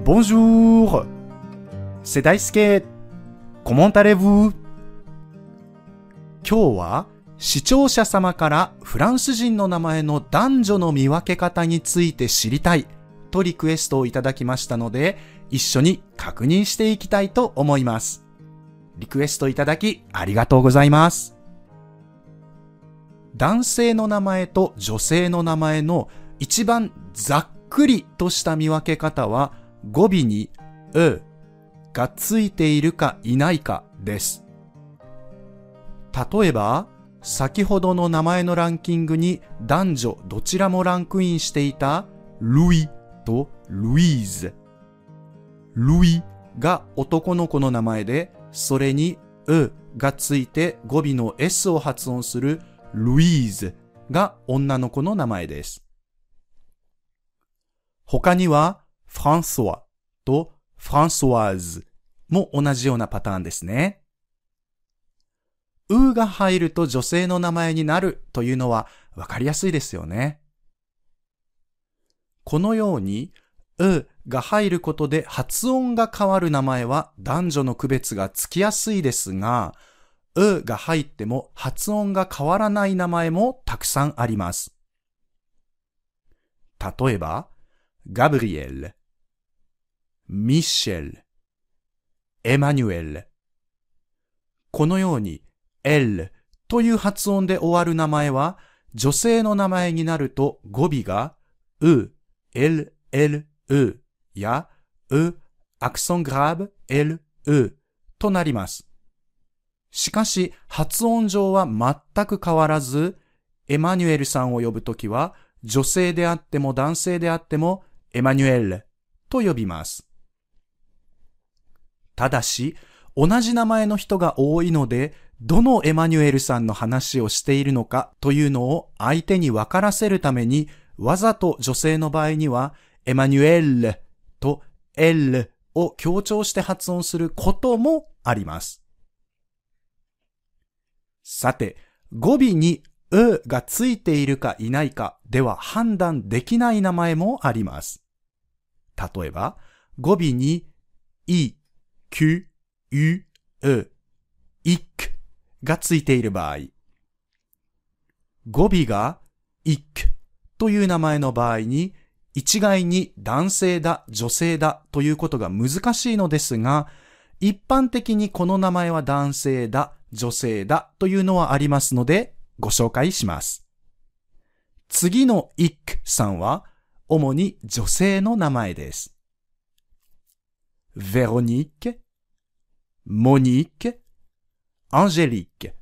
Bonjour! C'est Daisuke! Comment allez-vous? 今日は視聴者様からフランス人の名前の男女の見分け方について知りたいとリクエストをいただきましたので、一緒に確認していきたいと思います。リクエストいただきありがとうございます。男性の名前と女性の名前の一番ざっくりとした見分け方は語尾にがついているかいないかです。例えば、先ほどの名前のランキングに男女どちらもランクインしていたルイとルイーズ。ルイが男の子の名前で、それにがついて語尾の S を発音するルイーズが女の子の名前です。他にはフランソワとフランソワーズも同じようなパターンですね。が入ると女性の名前になるというのはわかりやすいですよね。このようにが入ることで発音が変わる名前は男女の区別がつきやすいですが、が入っても発音が変わらない名前もたくさんあります。例えば、ガブリエル、ミシェル、エマニュエル。このように、L という発音で終わる名前は、女性の名前になると語尾が、L、や、アクソングラブ、L、となります。しかし、発音上は全く変わらず、エマニュエルさんを呼ぶときは、女性であっても男性であっても、エマニュエルと呼びます。ただし、同じ名前の人が多いので、どのエマニュエルさんの話をしているのかというのを相手に分からせるために、わざと女性の場合には、エマニュエルと L を強調して発音することもあります。さて、語尾にがついているかいないかでは判断できない名前もあります。例えば、語尾にい、く、いくがついている場合、語尾がいくという名前の場合に、一概に男性だ、女性だということが難しいのですが、一般的にこの名前は男性だ、女性だというのはありますので、ご紹介します。次のイックさんは、主に女性の名前です。ヴェロニック、モニック、アンジェリック。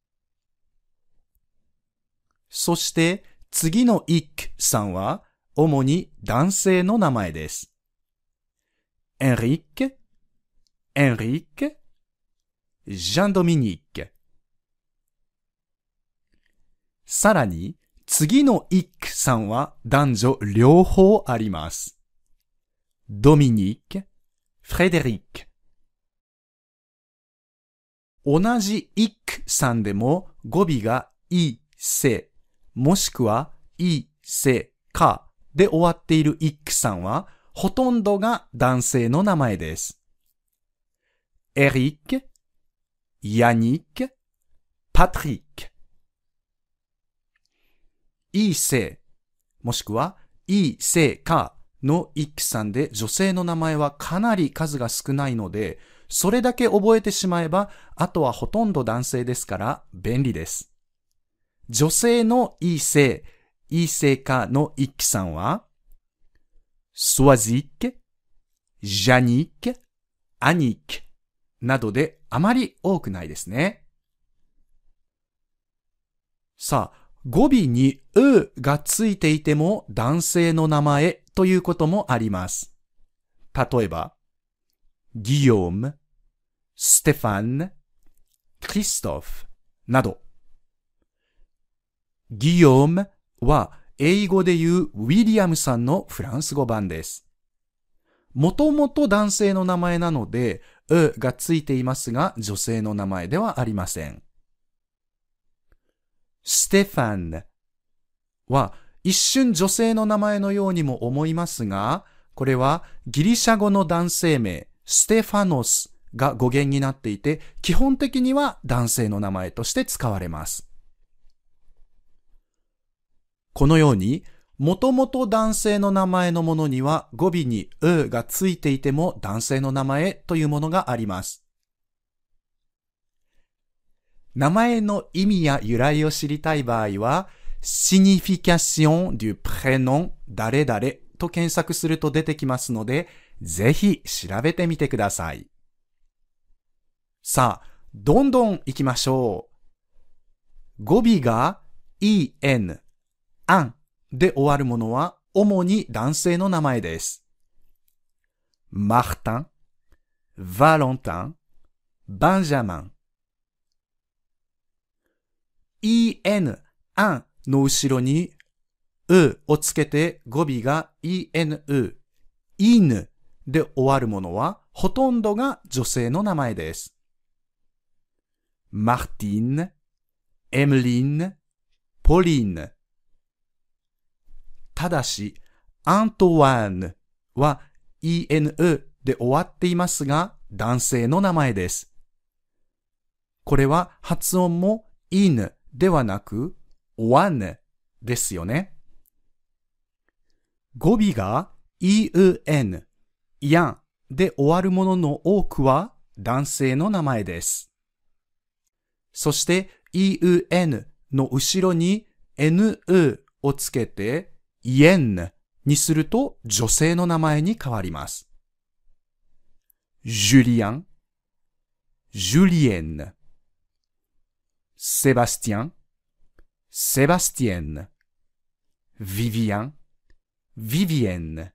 そして、次のイックさんは、主に男性の名前です。エンリック、エンリック、ジャンドミニック。さらに、次のイックさんは男女両方あります。ドミニック、フレデリック。同じイックさんでも語尾がい、せ、もしくは、い、せ、かで終わっているイックさんは、ほとんどが男性の名前です。エリック、ヤニック、パトリック。い、せ、もしくは、い、せ、かのイックさんで女性の名前はかなり数が少ないので、それだけ覚えてしまえば、あとはほとんど男性ですから便利です。女性のいせかのイックさんは、ソワジック、ジャニック、アニックなどであまり多くないですね。さあ、語尾にがついていても男性の名前ということもあります。例えば、ギヨーム、ステファン、クリストフなど。ギヨームは英語で言うウィリアムさんのフランス語版です。もともと男性の名前なので、がついていますが女性の名前ではありません。ステファンは一瞬女性の名前のようにも思いますが、 これはギリシャ語の男性名、ステファノスが語源になっていて、基本的には男性の名前として使われます。このように、もともと男性の名前のものには語尾にうがついていても男性の名前というものがあります。名前の意味や由来を知りたい場合は、signification du prénom 誰々と検索すると出てきますので、ぜひ調べてみてください。さあ、どんどん行きましょう。語尾が en、an で終わるものは主に男性の名前です。Martin、Valentin、Benjamin。en、an の後ろにうをつけて語尾が enu、犬で終わるものはほとんどが女性の名前です。Martine、Emeline、Pauline。ただし、アントワーヌは enu で終わっていますが、男性の名前です。これは発音も犬ではなく、ワンですよね。語尾が eun、やんで終わるものの多くは男性の名前です。そして eun の後ろに nu をつけて、イエンにすると女性の名前に変わります。ジュリアン、ジュリエン、セバスティアン、セバスティエン、ビビアン、ビビエン。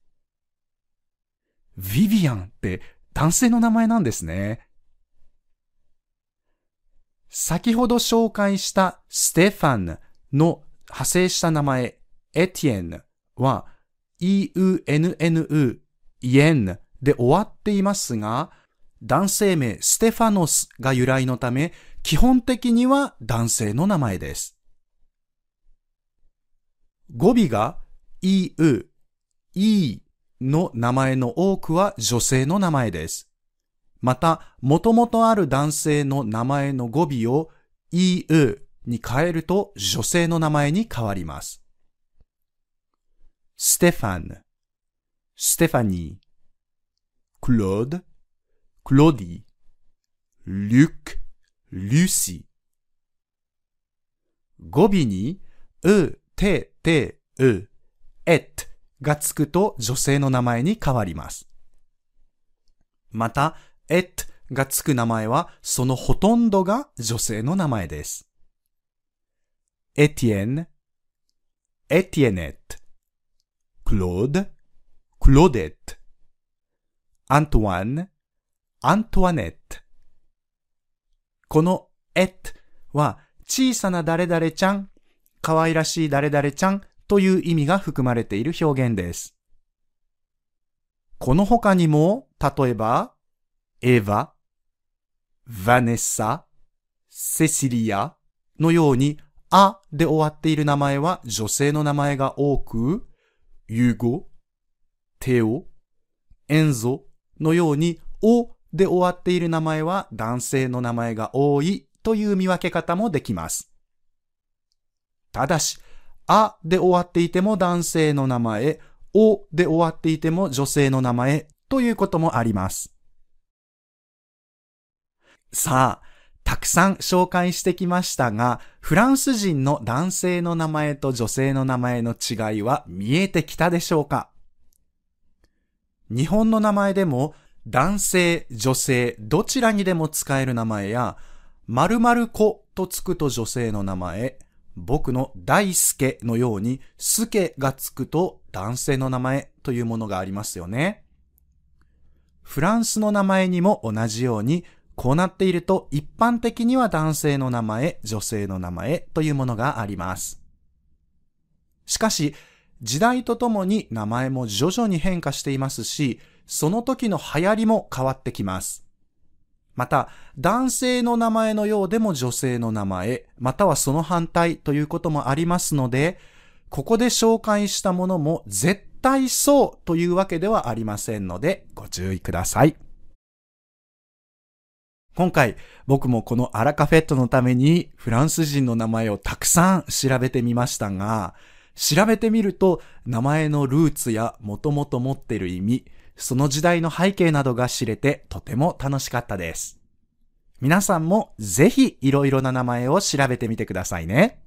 ビビアンって男性の名前なんですね。先ほど紹介したステファンの派生した名前、エティエンは eunnu、イエンで終わっていますが、男性名ステファノスが由来のため、基本的には男性の名前です。語尾が eu、e の名前の多くは女性の名前です。また、もともとある男性の名前の語尾を eu に変えると女性の名前に変わります。ステファン、ステファニー、クロード、クロディ、リュック、リュシー。語尾にう、て、う、エッがつくと女性の名前に変わります。また、エッがつく名前はそのほとんどが女性の名前です。エティエン、エティエネット、クロード、クロデット、アントワン、アントワネット。このエットは小さな誰々ちゃん、可愛らしい誰々ちゃんという意味が含まれている表現です。この他にも、例えば、エヴァ、ヴァネッサ、セシリアのように、あで終わっている名前は女性の名前が多く、ユゴ、テオ、エンゾのように、おで終わっている名前は男性の名前が多いという見分け方もできます。ただし、あで終わっていても男性の名前、おで終わっていても女性の名前ということもあります。さあ、たくさん紹介してきましたが、フランス人の男性の名前と女性の名前の違いは見えてきたでしょうか？日本の名前でも男性、女性どちらにでも使える名前や、〇〇子とつくと女性の名前、僕の大輔のように輔がつくと男性の名前というものがありますよね。フランスの名前にも同じように、こうなっていると一般的には男性の名前、女性の名前というものがあります。しかし、時代とともに名前も徐々に変化していますし、その時の流行りも変わってきます。また、男性の名前のようでも女性の名前、またはその反対ということもありますので、ここで紹介したものも絶対そうというわけではありませんのでご注意ください。今回僕もこのアラカフェットのためにフランス人の名前をたくさん調べてみましたが、調べてみると名前のルーツや元々持っている意味、その時代の背景などが知れてとても楽しかったです。皆さんもぜひいろいろな名前を調べてみてくださいね。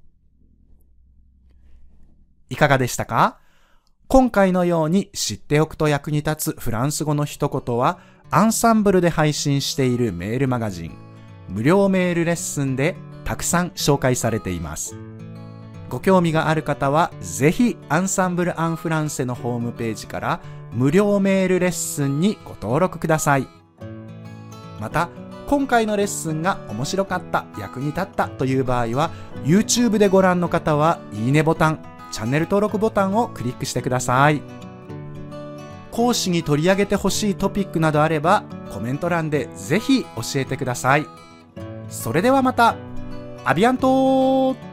いかがでしたか？今回のように知っておくと役に立つフランス語の一言は、アンサンブルで配信しているメールマガジン、無料メールレッスンでたくさん紹介されています。ご興味がある方は、ぜひアンサンブル・アン・フランセのホームページから無料メールレッスンにご登録ください。また、今回のレッスンが面白かった、役に立ったという場合は、YouTube でご覧の方は、いいねボタン、チャンネル登録ボタンをクリックしてください。講師に取り上げてほしいトピックなどあれば、コメント欄でぜひ教えてください。それではまた、アビアントー。